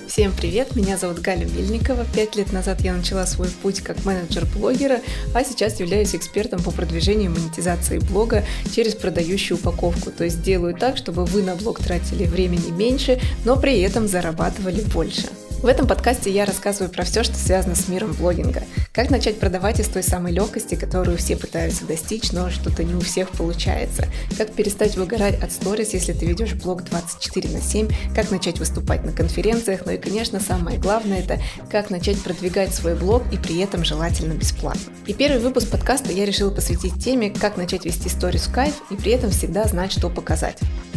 Всем привет, меня зовут Галя Мельникова. 5 лет назад я начала свой путь как менеджер блогера, а сейчас являюсь экспертом по продвижению и монетизации блога через продающую упаковку. То есть делаю так, чтобы вы на блог тратили времени меньше, но при этом зарабатывали больше. В этом подкасте я рассказываю про все, что связано с миром блогинга. Как начать продавать из той самой легкости, которую все пытаются достичь, но что-то не у всех получается. Как перестать выгорать от сторис, если ты ведешь блог 24/7. Как начать выступать на конференциях. Ну и, конечно, самое главное, это как начать продвигать свой блог и при этом желательно бесплатно. И первый выпуск подкаста я решила посвятить теме, как начать вести сторис в кайф и при этом всегда знать, что показать.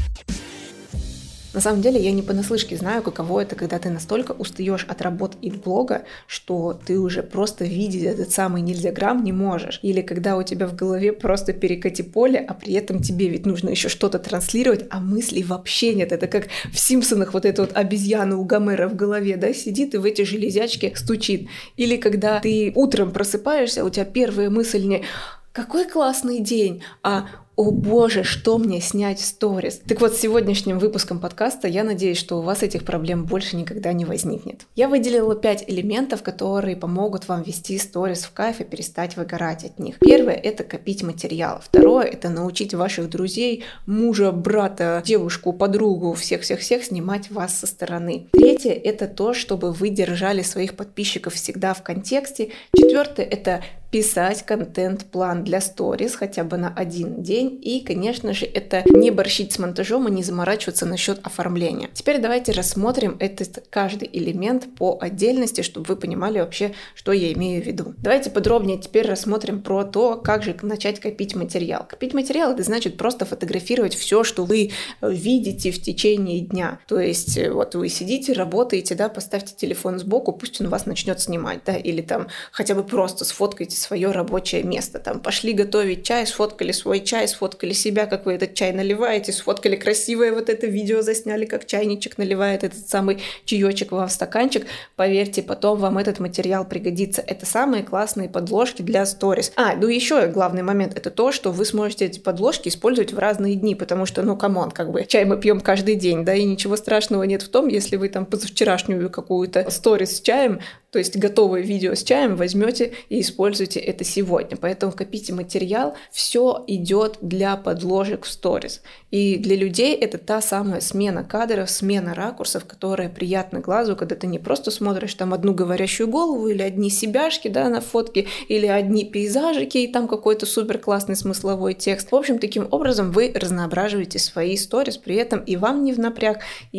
На самом деле я не понаслышке знаю, каково это, когда ты настолько устаешь от работы и блога, что ты уже просто видеть этот самый нельзяграмм не можешь. Или когда у тебя в голове просто перекати поле, а при этом тебе ведь нужно еще что-то транслировать, а мыслей вообще нет. Это как в «Симпсонах» вот эта вот обезьяна у Гомера в голове, да, сидит и в эти железячки стучит. Или когда ты утром просыпаешься, у тебя первая мысль не «какой классный день», а «О боже, что мне снять в сторис?». Так вот, с сегодняшним выпуском подкаста я надеюсь, что у вас этих проблем больше никогда не возникнет. Я выделила 5 элементов, которые помогут вам вести сторис в кайф и перестать выгорать от них. Первое – это копить материал. Второе – это научить ваших друзей, мужа, брата, девушку, подругу, всех-всех-всех снимать вас со стороны. Третье – это то, чтобы вы держали своих подписчиков всегда в контексте. Четвертое – это писать контент-план для сторис хотя бы на один день. И, конечно же, это не борщить с монтажом и не заморачиваться насчет оформления. Теперь давайте рассмотрим каждый элемент по отдельности, чтобы вы понимали вообще, что я имею в виду. Давайте подробнее теперь рассмотрим про то, как же начать копить материал. Копить материал — это значит просто фотографировать все, что вы видите в течение дня. То есть вот вы сидите, работаете, да, поставьте телефон сбоку, пусть он вас начнет снимать, да, или там хотя бы просто сфоткайте свое рабочее место. Там пошли готовить чай, сфоткали свой чай, сфоткали себя, как вы этот чай наливаете, сфоткали красивое вот это видео, засняли, как чайничек наливает этот самый чаечек вам в стаканчик. Поверьте, потом вам этот материал пригодится. Это самые классные подложки для сторис. Ну еще главный момент — это то, что вы сможете эти подложки использовать в разные дни, потому что, камон, как бы чай мы пьем каждый день, да, и ничего страшного нет в том, если вы там позавчерашнюю какую-то сторис с чаем, то есть готовое видео с чаем, возьмете и используйте это сегодня. Поэтому копите материал, все идет для подложек в сторис. И для людей это та самая смена кадров, смена ракурсов, которая приятна глазу, когда ты не просто смотришь там одну говорящую голову или одни себяшки, да, на фотке, или одни пейзажики, и там какой-то супер классный смысловой текст. В общем, таким образом вы разноображиваете свои сторис, при этом и вам не в напряг,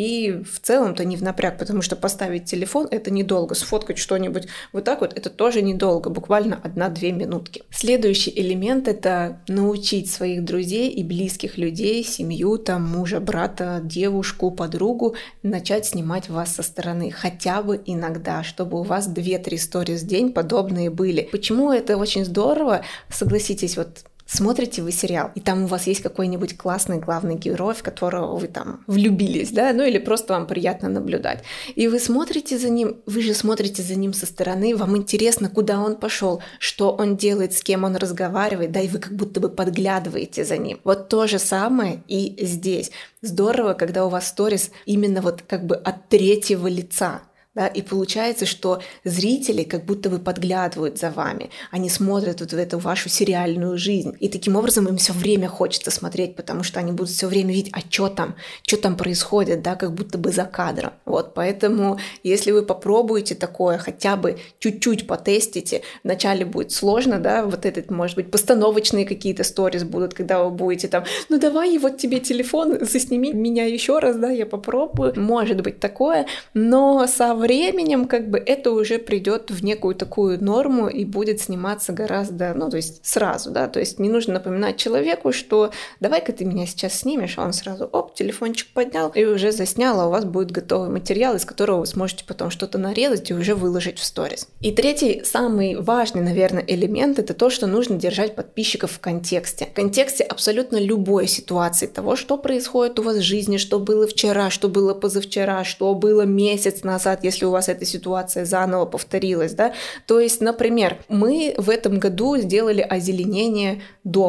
и в целом-то не в напряг, потому что поставить телефон — это недолго, сфоткать что-нибудь вот так вот — это тоже недолго, буквально 1-2 минутки. Следующий элемент — это научить своих друзей и близких людей, семью, там, мужа, брата, девушку, подругу начать снимать вас со стороны, хотя бы иногда, чтобы у вас 2-3 сторис в день подобные были. Почему это очень здорово? Согласитесь, вот смотрите вы сериал, и там у вас есть какой-нибудь классный главный герой, в которого вы там влюбились, да, или просто вам приятно наблюдать. И вы смотрите за ним, вы же смотрите за ним со стороны, вам интересно, куда он пошел, что он делает, с кем он разговаривает, да, и вы как будто бы подглядываете за ним. Вот то же самое и здесь. Здорово, когда у вас сторис именно вот как бы от третьего лица. Да, и получается, что зрители как будто бы подглядывают за вами, они смотрят вот в эту вашу сериальную жизнь, и таким образом им все время хочется смотреть, потому что они будут все время видеть, что там происходит, да, как будто бы за кадром. Вот, поэтому, если вы попробуете такое, хотя бы чуть-чуть потестите, вначале будет сложно, да, вот этот, может быть, постановочные какие-то сторис будут, когда вы будете там, давай, вот тебе телефон, засними меня еще раз, да, я попробую, может быть такое, но со временем как бы это уже придет в некую такую норму и будет сниматься гораздо, то есть сразу, да, то есть не нужно напоминать человеку, что давай-ка ты меня сейчас снимешь, а он сразу, телефончик поднял и уже заснял, а у вас будет готовый материал, из которого вы сможете потом что-то нарезать и уже выложить в сторис. И третий, самый важный, наверное, элемент — это то, что нужно держать подписчиков в контексте. В контексте абсолютно любой ситуации того, что происходит у вас в жизни, что было вчера, что было позавчера, что было месяц назад, если у вас эта ситуация заново повторилась, да. То есть, например, мы в этом году сделали озеленение дома.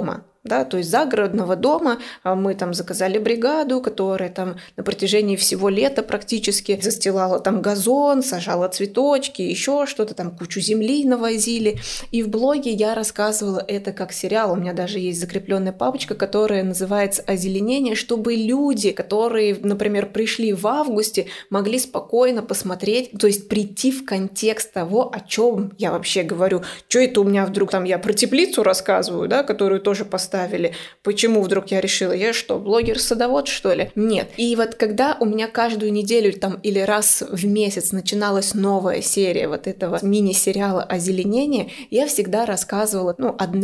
да, то есть загородного дома. Мы там заказали бригаду, которая там на протяжении всего лета практически застилала там газон, сажала цветочки, еще что-то там, кучу земли навозили. И в блоге я рассказывала это как сериал. У меня даже есть закрепленная папочка, которая называется «Озеленение», чтобы люди, которые, например, пришли в августе, могли спокойно посмотреть, то есть прийти в контекст того, о чем я вообще говорю. Что это у меня вдруг там я про теплицу рассказываю, да, которую тоже поставили. Почему вдруг я решила? Я что, блогер-садовод, что ли? Нет. И вот когда у меня каждую неделю там или раз в месяц начиналась новая серия вот этого мини-сериала «Озеленение», я всегда рассказывала,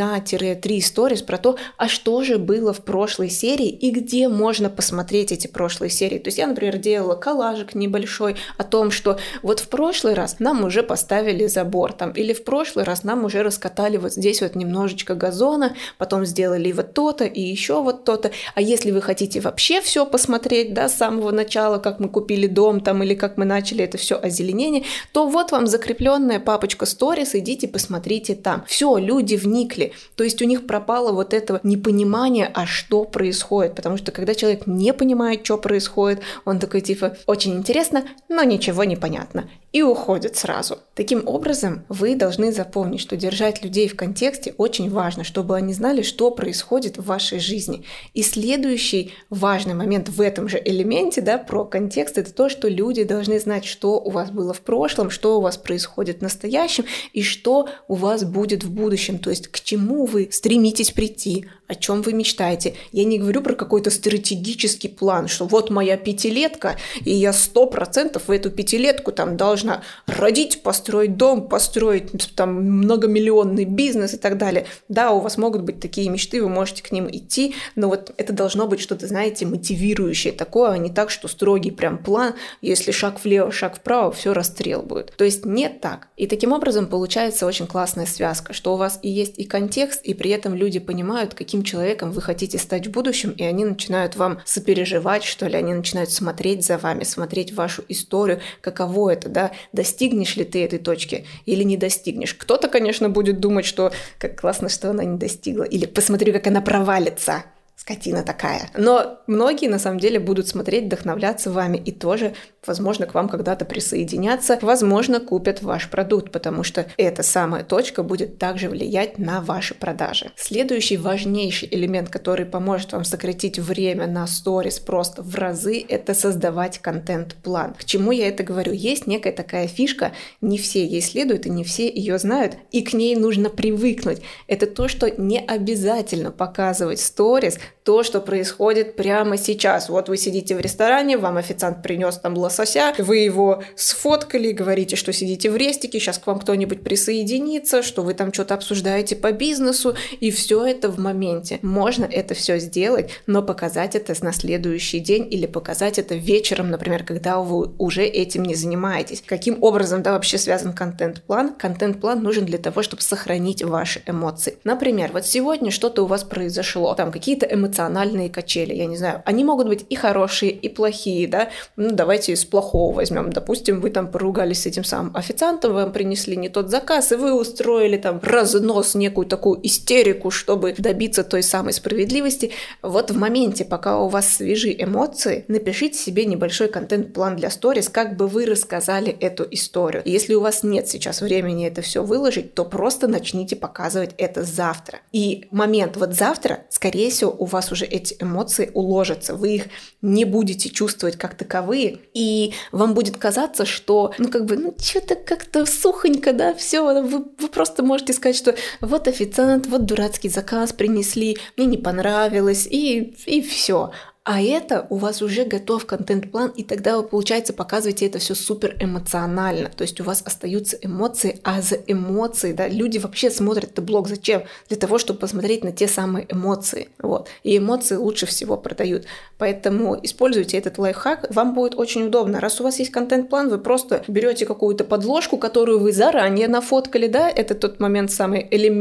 1-3 сторис про то, а что же было в прошлой серии и где можно посмотреть эти прошлые серии. То есть я, например, делала коллажик небольшой о том, что вот в прошлый раз нам уже поставили забор там, или в прошлый раз нам уже раскатали вот здесь вот немножечко газона, потом сделали вот то-то и еще вот то-то. А если вы хотите вообще все посмотреть, да, с самого начала, как мы купили дом там или как мы начали это все озеленение, то вот вам закрепленная папочка сторис, идите посмотрите там. Все, люди вникли. То есть у них пропало вот это непонимание, а что происходит. Потому что когда человек не понимает, что происходит, он такой типа очень интересно, но ничего не понятно. И уходит сразу. Таким образом, вы должны запомнить, что держать людей в контексте очень важно, чтобы они знали, что происходит в вашей жизни. И следующий важный момент в этом же элементе, да, про контекст, это то, что люди должны знать, что у вас было в прошлом, что у вас происходит в настоящем и что у вас будет в будущем. То есть к чему вы стремитесь прийти, о чем вы мечтаете. Я не говорю про какой-то стратегический план, что вот моя пятилетка, и я 100% в эту пятилетку там должна родить, построить дом, построить там многомиллионный бизнес и так далее. Да, у вас могут быть такие мечты, вы можете к ним идти, но вот это должно быть что-то, знаете, мотивирующее такое, а не так, что строгий прям план, если шаг влево, шаг вправо, все расстрел будет. То есть не так. И таким образом получается очень классная связка, что у вас и есть и контекст, и при этом люди понимают, каким человеком вы хотите стать в будущем, и они начинают вам сопереживать, что ли, они начинают смотреть за вами, смотреть вашу историю, каково это, да, достигнешь ли ты этой точки или не достигнешь. Кто-то, конечно, будет думать, что как классно, что она не достигла, или посмотри, как она провалится. Скотина такая. Но многие, на самом деле, будут смотреть, вдохновляться вами и тоже, возможно, к вам когда-то присоединятся, возможно, купят ваш продукт, потому что эта самая точка будет также влиять на ваши продажи. Следующий важнейший элемент, который поможет вам сократить время на сторис просто в разы, это создавать контент-план. К чему я это говорю? Есть некая такая фишка, не все ей следуют и не все ее знают, и к ней нужно привыкнуть. Это то, что не обязательно показывать сторис, то, что происходит прямо сейчас. Вот вы сидите в ресторане, вам официант принес там лосося, вы его сфоткали, говорите, что сидите в рестике, сейчас к вам кто-нибудь присоединится, что вы там что-то обсуждаете по бизнесу, и все это в моменте. Можно это все сделать, но показать это на следующий день или показать это вечером, например, когда вы уже этим не занимаетесь. Каким образом, да, вообще связан контент-план? Контент-план нужен для того, чтобы сохранить ваши эмоции. Например, вот сегодня что-то у вас произошло, там какие-то эмоциональные качели, я не знаю, они могут быть и хорошие, и плохие, да, давайте из плохого возьмем, допустим, вы там поругались с этим самым официантом, вам принесли не тот заказ, и вы устроили там разнос, некую такую истерику, чтобы добиться той самой справедливости. Вот в моменте, пока у вас свежи эмоции, напишите себе небольшой контент-план для сторис, как бы вы рассказали эту историю. И если у вас нет сейчас времени это все выложить, то просто начните показывать это завтра. И момент вот завтра, скорее всего, у вас уже эти эмоции уложатся, вы их не будете чувствовать как таковые, и вам будет казаться, что, что-то как-то сухонько, да, все, вы просто можете сказать, что вот официант, вот дурацкий заказ принесли, мне не понравилось, и все. А это у вас уже готов контент-план, и тогда вы, получается, показываете это все супер эмоционально. То есть у вас остаются эмоции, а за эмоции, да, люди вообще смотрят этот блог зачем? Для того, чтобы посмотреть на те самые эмоции. Вот. И эмоции лучше всего продают. Поэтому используйте этот лайфхак, вам будет очень удобно. Раз у вас есть контент-план, вы просто берете какую-то подложку, которую вы заранее нафоткали, да, это тот момент, самый элемент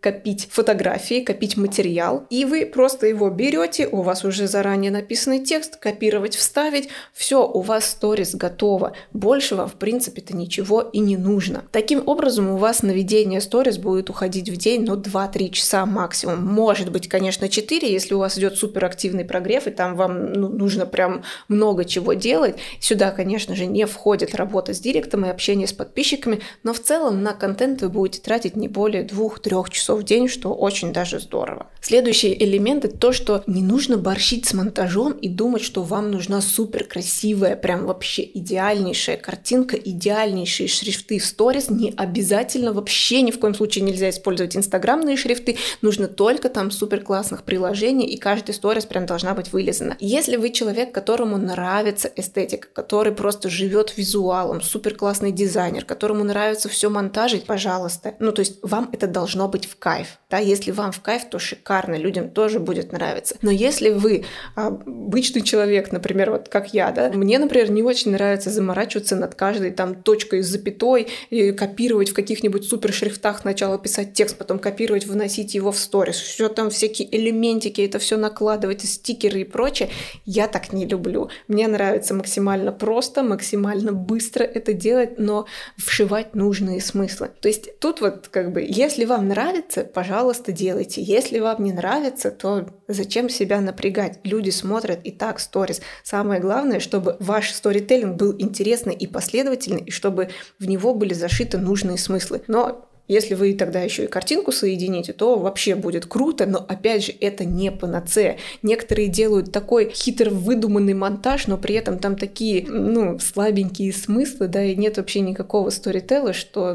копить фотографии, копить материал, и вы просто его берете, у вас уже заранее написанный текст, копировать, вставить, все, у вас сторис готово. Больше вам, в принципе-то, ничего и не нужно. Таким образом, у вас на ведение сторис будет уходить в день, 2-3 часа максимум. Может быть, конечно, 4, если у вас идет суперактивный прогрев, и там вам нужно прям много чего делать. Сюда, конечно же, не входит работа с директом и общение с подписчиками, но в целом на контент вы будете тратить не более 2-3 часов в день, что очень даже здорово. Следующий элемент — это то, что не нужно борщить с монтажом и думать, что вам нужна супер красивая, прям вообще идеальнейшая картинка, идеальнейшие шрифты в сторис. Не обязательно, вообще ни в коем случае нельзя использовать инстаграмные шрифты, нужно только там супер классных приложений, и каждый сторис прям должна быть вылезана. Если вы человек, которому нравится эстетика, который просто живет визуалом, супер классный дизайнер, которому нравится все монтажить, пожалуйста. То есть вам это должно быть в кайф. Да? Если вам в кайф, то шикарно, людям тоже будет нравиться. Но если вы обычный человек, например, вот как я, да, мне, например, не очень нравится заморачиваться над каждой там точкой с запятой и копировать в каких-нибудь супер шрифтах, сначала писать текст, потом копировать, выносить его в сторис, все там всякие элементики, это все накладывать, стикеры и прочее. Я так не люблю. Мне нравится максимально просто, максимально быстро это делать, но вшивать нужные смыслы. То есть тут вот если вам нравится, пожалуйста, делайте. Если вам не нравится, то зачем себя напрягать? Люди смотрят и так сторис. Самое главное, чтобы ваш сторителлинг был интересный и последовательный, и чтобы в него были зашиты нужные смыслы. Но если вы тогда еще и картинку соедините, то вообще будет круто, но опять же это не панацея. Некоторые делают такой хитро выдуманный монтаж, но при этом там такие, слабенькие смыслы, да, и нет вообще никакого сторителла, что,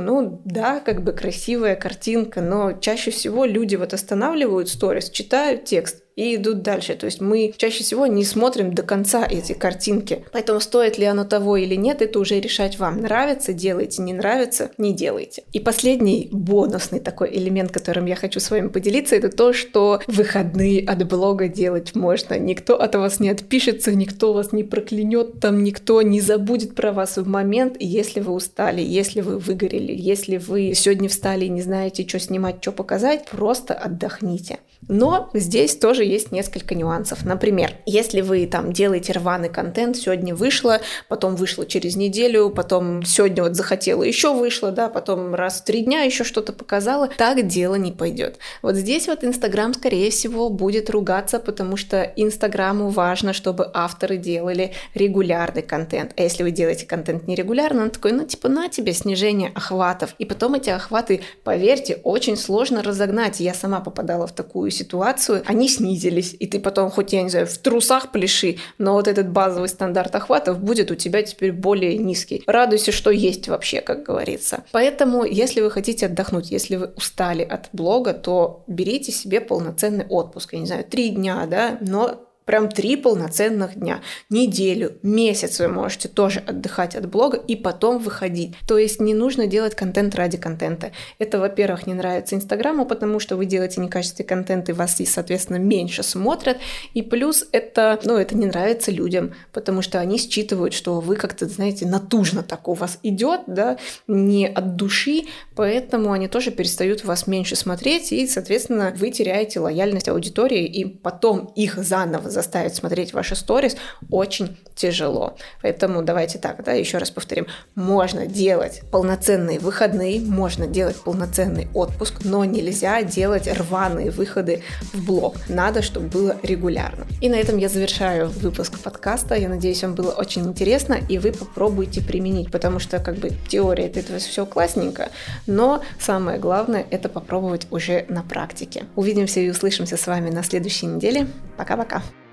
красивая картинка, но чаще всего люди останавливают сторис, читают текст и идут дальше. То есть мы чаще всего не смотрим до конца эти картинки. Поэтому стоит ли оно того или нет, это уже решать вам. Нравится — делайте, не нравится — не делайте. И последний бонусный такой элемент, которым я хочу с вами поделиться, это то, что выходные от блога делать можно. Никто от вас не отпишется, никто вас не проклянет, там никто не забудет про вас в момент, если вы устали, если вы выгорели, если вы сегодня встали и не знаете, что снимать, что показать, просто отдохните. Но здесь тоже есть несколько нюансов. Например, если вы там делаете рваный контент, сегодня вышло, потом вышло через неделю, потом сегодня захотела, еще вышло, да, потом раз в 3 дня еще что-то показала, так дело не пойдет. Вот здесь Инстаграм, скорее всего, будет ругаться, потому что Инстаграму важно, чтобы авторы делали регулярный контент. А если вы делаете контент нерегулярно, он такой, на тебе снижение охватов. И потом эти охваты, поверьте, очень сложно разогнать. Я сама попадала в такую ситуацию, они снизились, и ты потом, хоть, я не знаю, в трусах пляши, но этот базовый стандарт охватов будет у тебя теперь более низкий. Радуйся, что есть вообще, как говорится. Поэтому, если вы хотите отдохнуть, если вы устали от блога, то берите себе полноценный отпуск, я не знаю, 3 дня, да, но прям 3 полноценных дня, неделю, месяц вы можете тоже отдыхать от блога и потом выходить. То есть не нужно делать контент ради контента. Это, во-первых, не нравится Инстаграму, потому что вы делаете некачественный контент и вас, соответственно, меньше смотрят. И плюс это не нравится людям, потому что они считывают, что вы как-то, знаете, натужно так у вас идет, да, не от души, поэтому они тоже перестают вас меньше смотреть, и, соответственно, вы теряете лояльность аудитории, и потом их заново заставить смотреть ваши сторис очень тяжело. Поэтому давайте так, да, еще раз повторим. Можно делать полноценные выходные, можно делать полноценный отпуск, но нельзя делать рваные выходы в блог. Надо, чтобы было регулярно. И на этом я завершаю выпуск подкаста. Я надеюсь, вам было очень интересно, и вы попробуйте применить, потому что теория это все классненько, но самое главное это попробовать уже на практике. Увидимся и услышимся с вами на следующей неделе. Пока-пока.